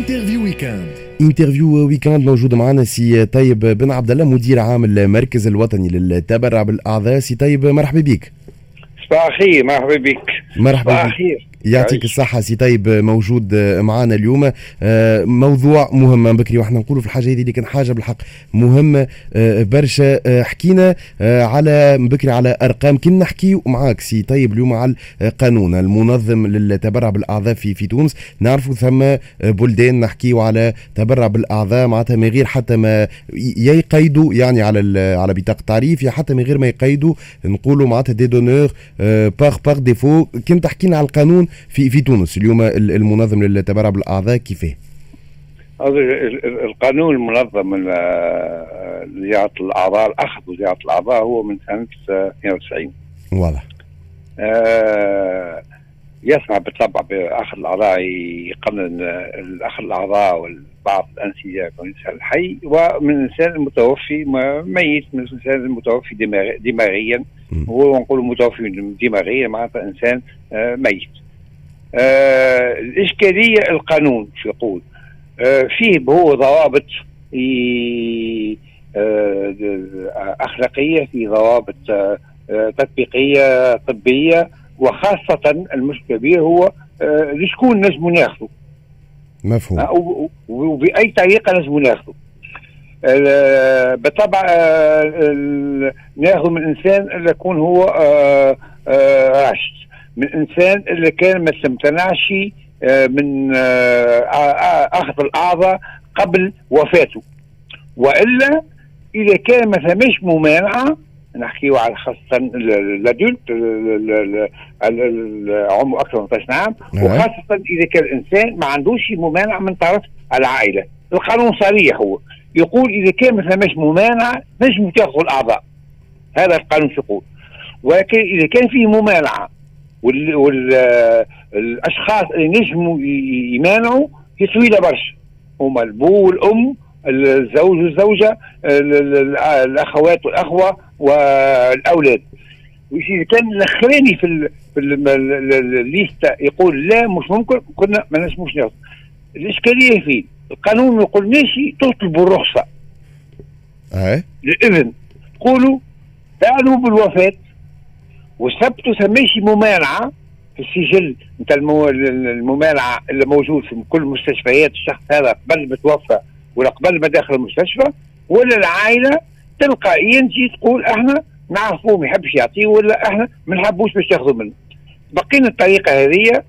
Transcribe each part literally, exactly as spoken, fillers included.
انترفيو ويكاند. انترفيو ويكاند موجود معنا سي طيب بن عبد الله، مدير عام المركز الوطني للتبرع بالاعضاء. سي طيب مرحبا بك. صباح الخير. مرحبا بك. مرحبا بك. يعطيك الصحة سي طيب، موجود معنا اليوم. موضوع مهم بكري واحنا نقولوا في الحاجة هذه اللي كان حاجة بالحق مهمة برشا. حكينا على بكري على أرقام، كنا نحكي معاك سي طيب اليوم على القانون المنظم للتبرع بالأعضاء في في تونس. نعرفوا ثم بلدان نحكيوا على تبرع بالأعضاء معناتها من غير حتى ما يقيدوا يعني على على بطاقة تعريف، يا حتى من غير ما يقيدوا نقولوا معناتها دي دونور باغ باغ ديفو. كنت تحكينا على القانون في في تونس اليوم المنظم للتبرع بالاعضاء كيفاه؟ القانون المنظم لزيارة الاعضاء، الاخذ وزيارة الاعضاء هو من سنة اثنين وتسعين. واضح. آه يسمع بالطبع باخذ الاعضاء، يقنن الاخذ الاعضاء وبعض الانسجه كإنسان الحي، ومن الانسان المتوفي ميت، من الانسان المتوفي دماغيا. هو نقول متوفي دماغيا معناتها انسان آه ميت. آه الإشكالية القانون شو يقول؟ آه فيه هو ضوابط آه أخلاقية، في ضوابط آه تطبيقية طبية، وخاصة المشكلة به هو آه لشكون نجم ناخذه. مفهوم. آه وبأي طريقة نجم ناخذه. آه بالطبع آه ناخذ من إنسان اللي يكون هو آه آه راشد، من إنسان اللي كان ما استمتنعش من أخذ الأعضاء قبل وفاته، وإلا إذا كان ما ثمش ممانعة، نحكيه على خاصة الأدلت عمره أكثر من ثمانية عام، وخاصة إذا كان الإنسان ما عندوش ممانعة من طرف العائلة. القانون صريح، هو يقول إذا كان ما ثمش ممانعة نجم تأخذ الأعضاء، هذا القانون يقول. ولكن إذا كان فيه ممانعة والاشخاص اللي نجموا يمانعوا هي طويله برشا، هما البو والام، الزوج والزوجه، الاخوات والاخوه والاولاد. واذا كان الاخراني في في الليسته يقول لا مش ممكن، كنا ما نجموش ناخذ. الاشكاليه فين؟ القانون ما يقولناش تطلبوا الرخصه. اه الاذن تقولوا تعلموا بالوفاه وثبتوا سميش ممانعة في السجل نتاع الممانعة اللي موجود في كل مستشفيات الشخص هذا قبل ما توفى ولا قبل ما داخل المستشفى، ولا العائلة تلقائيا تجي تقول احنا نعرفوه ما يحبش يعطيه، ولا احنا ما نحبوش باش ياخذوا منه. بقينا الطريقة هذه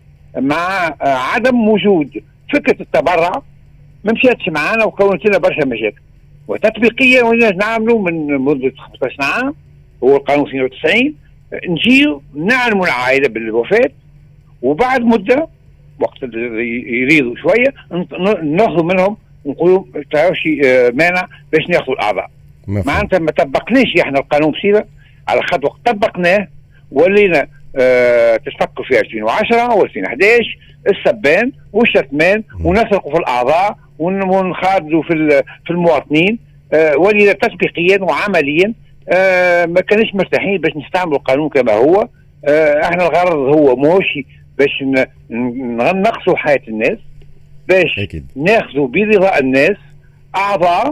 مع عدم وجود فكرة التبرع ما مشاتش معانا وكونت لنا برشا مشاكل. وتطبيقيا ولينا نعملوا من مدة خمسة عشر عام، هو القانون اثنين وتسعين، نجيو نعلموا العائلة بالوفاة، وبعد مدة وقت يريدوا شوية ناخذ منهم ونقولوا تعرفش مانع باش ناخذوا الأعضاء. معناتها ما طبقناش احنا القانون بصيغة على خط وقت طبقناه ولينا اه تفكر في ألفين وعشرة و ألفين وأحد عشر السبان والشتمان ونسرقوا في الأعضاء ونخاضوا في في المواطنين. اه ولذا تطبيقيا وعمليا آه ما كانش مرتاحين باش نستعملوا القانون كما هو. آه احنا الغرض هو موشي باش نقصوا حياة الناس، باش أكيد ناخذوا برضاء الناس اعضاء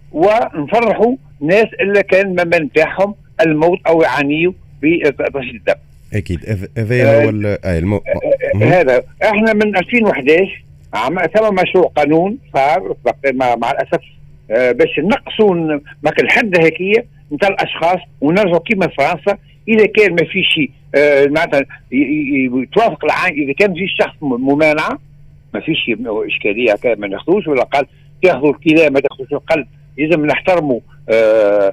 ونفرحوا ناس اللي كان ما نتاعهم الموت او يعانيوا بترشيد الدم. اكيد هذا هو آه المو... آه هذا احنا من ألفين وأحد عشر عم ثم مشروع قانون صار مع, مع الاسف آه باش نقصوا ما الحد هيكيه نتاع الاشخاص ونرجعوا كيما فرنسا. اذا كان ما في شيء آه معناتها يتوافق العين، اذا كان في شخص ممانعه ما فيش اشكاليه ما ناخذوش، ولا قال تاخذوا الكلى ما تاخذوش القلب، لازم نحترموا آه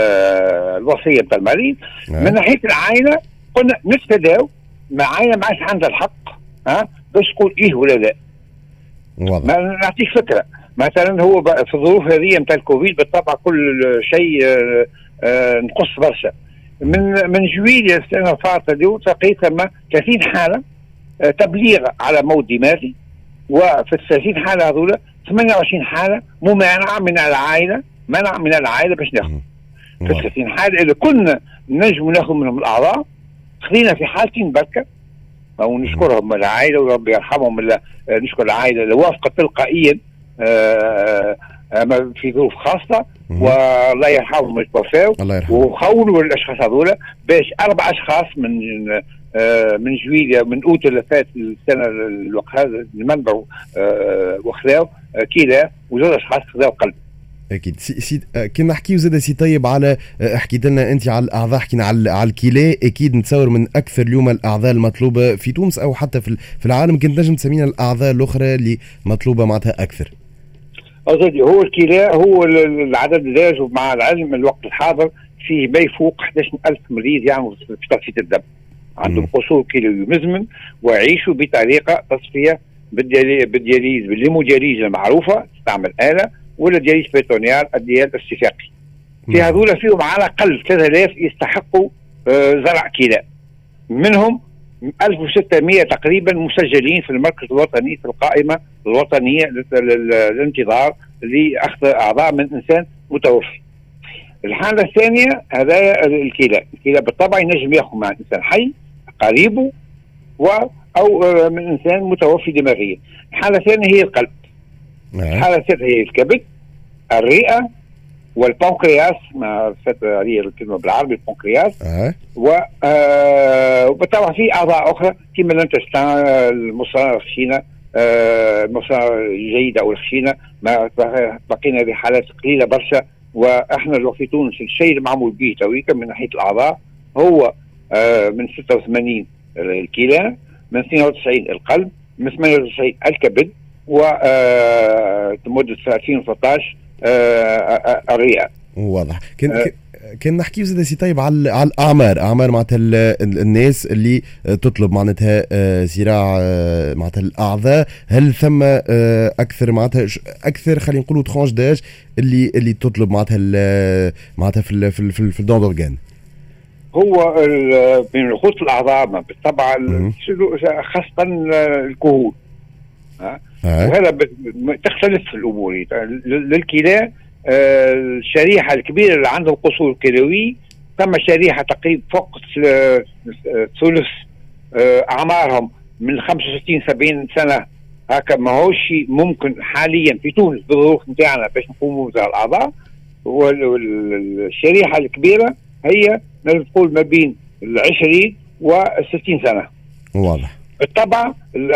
آه الوصيه نتاع المريض. آه. من ناحيه العائله قلنا نتفاداو مع عائله ما عادش عندها الحق ها باش تقول ايه ولا لا. واضح. نعطيك فكره مثلا، هو في الظروف هذه نتاع الكوفيد بالطبع كل شيء آه آه نقص برشا. من من جويلية السنه الفاتت لقيت ثم ثلاثين حاله آه تبليغ على موت دماغي، وفي ال ثلاثين حاله هذولا ثمانية وعشرين حاله ممانعه من العائله، منع من العائله باش ناخذ. في ال ثلاثين حاله اللي كنا نجم ناخذ منهم الاعضاء خلينا في حالتين بركه ونشكرهم العائله وربي يرحمهم. نشكر العائله اللي وافقت تلقائيا في ظروف خاصه، والله يرحمهم ويتوفاو، وخولوا الاشخاص هذولا باش اربع اشخاص من من جويليا من اوت اللي فات السنه الوقت هذا المنبر وخذاو كلى، وزوج اشخاص خذاو قلب. اكيد. سي سي كي نحكيو زاد سي طيب على حكيت لنا انت على الاعضاء، حكينا على على الكلى، اكيد نتصور من اكثر اليوم الاعضاء المطلوبه في تونس او حتى في في العالم. كنت نجم تسمينا الاعضاء الاخرى اللي مطلوبه معناتها اكثر؟ أزودي هو الكلى هو العدد اللازم مع العلم الوقت الحاضر فيه ما يفوق أحد عشر ألف مريض يعملوا في تصفيه الدم، عندهم قصور كلوي مزمن ويعيشوا بطريقه تصفيه بالدياليز بالليمودياليز المعروفه، تستعمل آلة ولا دياليز بيريتونيال الديال الاستفاقي. في هذول فيهم على الاقل ثلاثة آلاف يستحقوا آه زرع كلى، منهم ألف وستمائة تقريبا مسجلين في المركز الوطني في القائمه الوطنيه للانتظار لاخذ اعضاء من انسان متوفي. الحاله الثانيه هذا الكلى، الكلى بالطبع ينجم ياخذ مع انسان حي قريبه و او من انسان متوفي دماغيا. الحاله الثانيه هي القلب. الحاله الثالثه هي الكبد، الرئه، والبنكرياس، ما فات عليه الكلمه بالعربي البنكرياس. أه. و آه وبالطبع في اعضاء اخرى كما الانتستان، المصارة الخشينه، آه المصارة الجيده او الخشينه، ما بقينا بحالات قليله برشا. واحنا لو في تونس الشيء المعمول به تويكا من ناحيه الاعضاء هو آه من ستة وثمانين الكلى، من اثنين وتسعين القلب، من ثمانية وتسعين الكبد، ومدة ألفين وثلاثة عشر الرئة. واضح. كان أه كان نحكي زاد سي طيب على على الاعمار، اعمار معناتها الناس اللي تطلب معناتها زراعه معناتها الاعضاء، هل ثم اكثر معناتها اكثر خلينا نقولوا ترانش داج اللي اللي تطلب معناتها معناتها في في في الدون دورغان؟ هو من يخص الاعضاء بالطبع خاصه الكهول، أه؟ وهذا تختلف الامور. للكلى آه الشريحه الكبيره اللي عندهم قصور كلوي، ثم شريحه تقريبا فوق ثلث آه اعمارهم من خمسة وستين سبعين سنه، هكا ما هوش ممكن حاليا في تونس بالظروف نتاعنا باش نقوموا بزراعه الاعضاء. والشريحه الكبيره هي نقدر نقول ما بين العشرين والستين سنه. واضح. بالطبع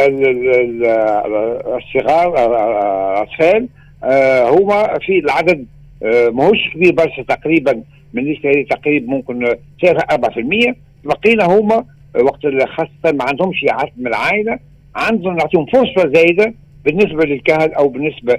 الصغار الاطفال آه هما في العدد آه ماهوش كبير برشا، تقريبا من ليست تقريبا ممكن ثلاثة أربعة بالمئة. بقينا هما وقت خاصة ما عندهمش عدد من العائلة، عندهم نعطيهم فرصة زايدة بالنسبة للكهل أو بالنسبة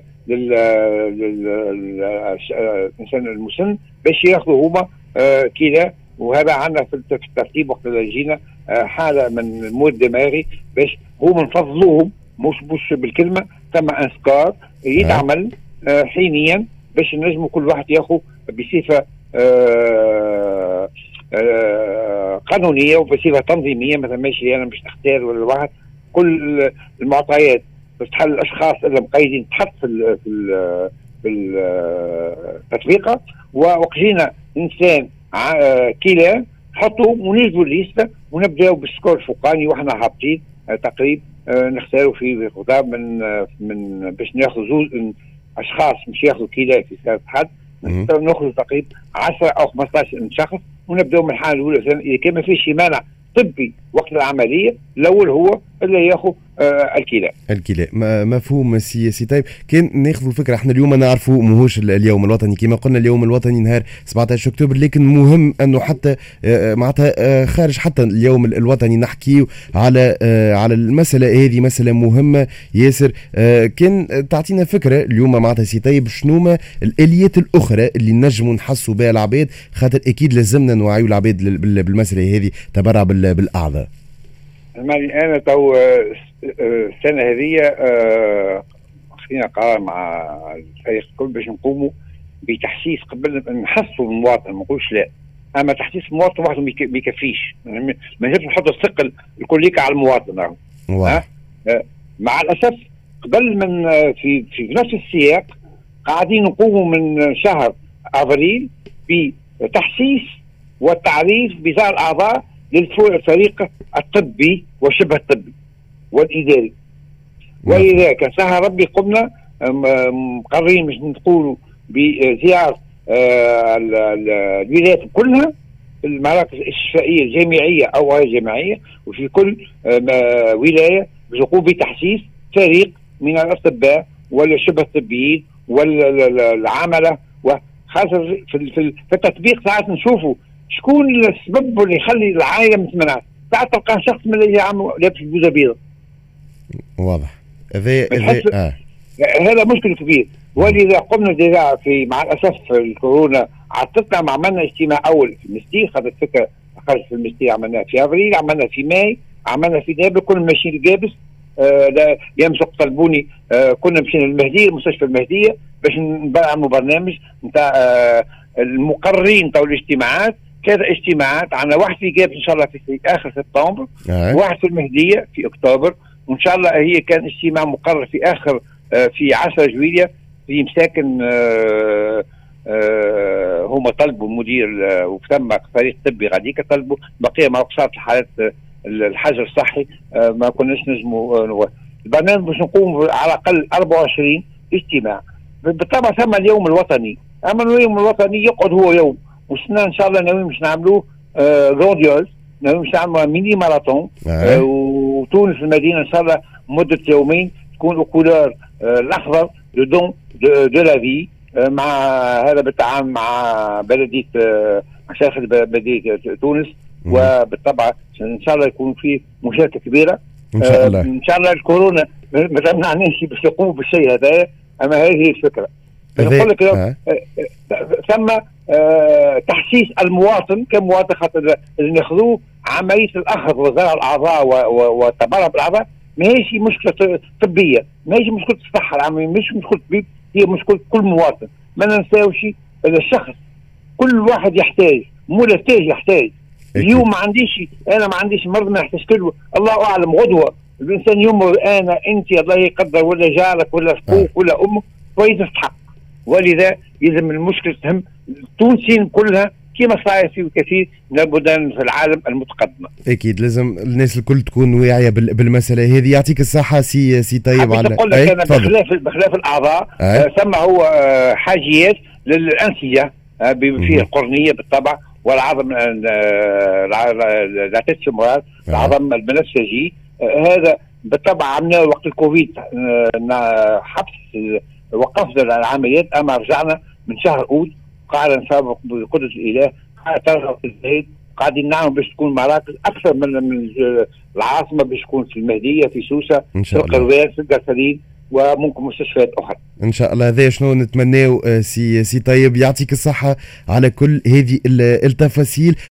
للإنسان المسن باش ياخذوا هما آه كلى. وهذا عندنا في الترتيب وقت جينا آه حالة من الموت الدماغي باش هما نفضلوهم، مش مش بالكلمة، ثم انسكار يتعمل آه حينيا باش نجموا كل واحد ياخذ بصفه آه آه قانونيه وبصفه تنظيميه. مثلا ماشي انا مش اختار ولا واحد، كل المعطيات باش تحل الاشخاص اللي مقيدين تحط في ال في ال في التطبيقه، ووقت جينا انسان آه كلى نحطوا ونجدوا الليسته ونبداو بالسكور الفوقاني واحنا هابطين آه تقريبا آه نختاروا في خضار من آه من باش ناخذ زوج اشخاص مش ياخذوا كلى في سنه حد، ناخذ تقريبا عشرة او خمسطاش شخص ونبداو من الحاله الاولى. اذا كان ما فيش مانع طبي وقت العمليه الاول هو اللي ياخذ آه الكلى. الكلى مفهوم سي سي طيب. كان ناخذوا فكره احنا اليوم نعرفوا ماهوش اليوم الوطني كما قلنا، اليوم الوطني نهار سبعة عشر أكتوبر، لكن مهم انه حتى آه معناتها آه خارج حتى اليوم الوطني نحكيو على آه على المساله هذه، مساله مهمه ياسر. آه كان تعطينا فكره اليوم معناتها سي طيب شنو ما الاليات الاخرى اللي نجموا نحسوا بها العباد، خاطر اكيد لازمنا نوعيو العباد بالمساله هذه تبرع بالاعضاء. انا تو السنه هذه خلينا قرار مع الفريق الكل باش نقوموا بتحسيس، قبل نحسوا المواطن ما نقولش لا، اما تحسيس المواطن وحده ما يكفيش، ما نجمش نحط الثقل الكليك على المواطن. أه؟ مع الاسف قبل من في في نفس السياق قاعدين نقوموا من شهر افريل بتحسيس والتعريف بزراعة الاعضاء للفريق الطبي وشبه الطبي والاداري. ولذلك سهى ربي قمنا مقررين مش نقولوا بزياره الولايات كلها، المراكز الشفائيه الجامعيه او غير جامعيه، وفي كل ولايه بيقوم بتحسيس فريق من الاطباء ولا شبه الطبيين ولا العمله، وخاصه في في التطبيق ساعات نشوفوا شكون السبب اللي يخلي العائله ما تمنعش. ساعات تلقى شخص من اللي عم لابس بوزه بيضاء. واضح. هذا آه. هذا مشكل كبير. ولذا قمنا ديجا في مع الاسف الكورونا عطتنا، ما عملنا اجتماع اول في المستي، خذت فكره خرج في المستي، عملناه في افريل، عملنا في ماي، عملنا في دابا، كل ماشيين الجابس. آه يمسك طلبوني، آه كنا مشينا للمهديه، مستشفى المهديه، باش نعملوا برنامج نتاع آه المقررين تو الاجتماعات. كذا اجتماعات عندنا، واحد في جابس ان شاء الله في اخر سبتمبر، آه. واحد في المهديه في اكتوبر، وان شاء الله هي كان اجتماع مقرر في اخر آه في عشرة جويلية في مساكن. آه آه هما طلبوا المدير آه وثم فريق طبي غاديكا طلبوا بقيه ما وقصات الحالات آه الحجر الصحي. آه ما كناش نجموا. آه البرنامج باش نقوم على الاقل أربعة وعشرين اجتماع. بالطبع ثم اليوم الوطني، اما اليوم الوطني يقعد هو يوم، وسنا ان شاء الله ناويين باش نعملوه آه غونديوز، ناويين باش نعملوا ميني ماراثون. آه. آه وتونس المدينه ان شاء الله مده يومين تكون الكولور آه الاخضر لو دون دو لا في، مع هذا بالتعاون مع بلديه مشايخ بلديه تونس. وبالطبع ان شاء الله يكون في مشاركه كبيره ان شاء الله. ان شاء الله الكورونا ما تمنعناش باش يقوموا بالشيء هذا، اما هذه هي الفكره. نقول لك آه. ثم آه تحسيس المواطن كمواطن، خاطر ناخذوه عمليه الاخذ وزراء الاعضاء والتبرع بالاعضاء ماهيش مشكله طبيه، ماهيش مشكله الصحه العامه، مش مشكله طبيب، هي مشكله كل مواطن. ما ننساوش الشخص، كل واحد يحتاج، مو التاج يحتاج. اليوم ما عنديش انا ما عنديش مرض ما يحتاج له، الله اعلم غدوه الانسان يمر، انا انت الله يقدر ولا جارك ولا اخوك ولا امك كويس تستحق. ولذا يلزم المشكله تهم التونسيين كلها كما صاير في كثير من البلدان في العالم المتقدمه. اكيد لازم الناس الكل تكون واعيه بالمساله هذه. يعطيك الصحه سي سي طيب. على اقول لك انا بخلاف بخلاف الاعضاء آه. ثم هو آه حاجيات للانسجه آه فيه القرنيه بالطبع، والعظم العتاد الشمرات، العظم البنفسجي. آه هذا بالطبع عملناه وقت الكوفيد، آه حبس وقفنا العمليات، اما رجعنا من شهر اوت قاعدة نسابق بقدرة الإله، قاعدة ترغب في الزايد، قاعدين نعمل باش تكون مراكز أكثر من من العاصمة، باش تكون في المهدية، في سوسة، في القروان، في القصرين، وممكن مستشفيات أخرى. إن شاء الله. هذا شنو نتمناه سي سي طيب. يعطيك الصحة على كل هذه التفاصيل.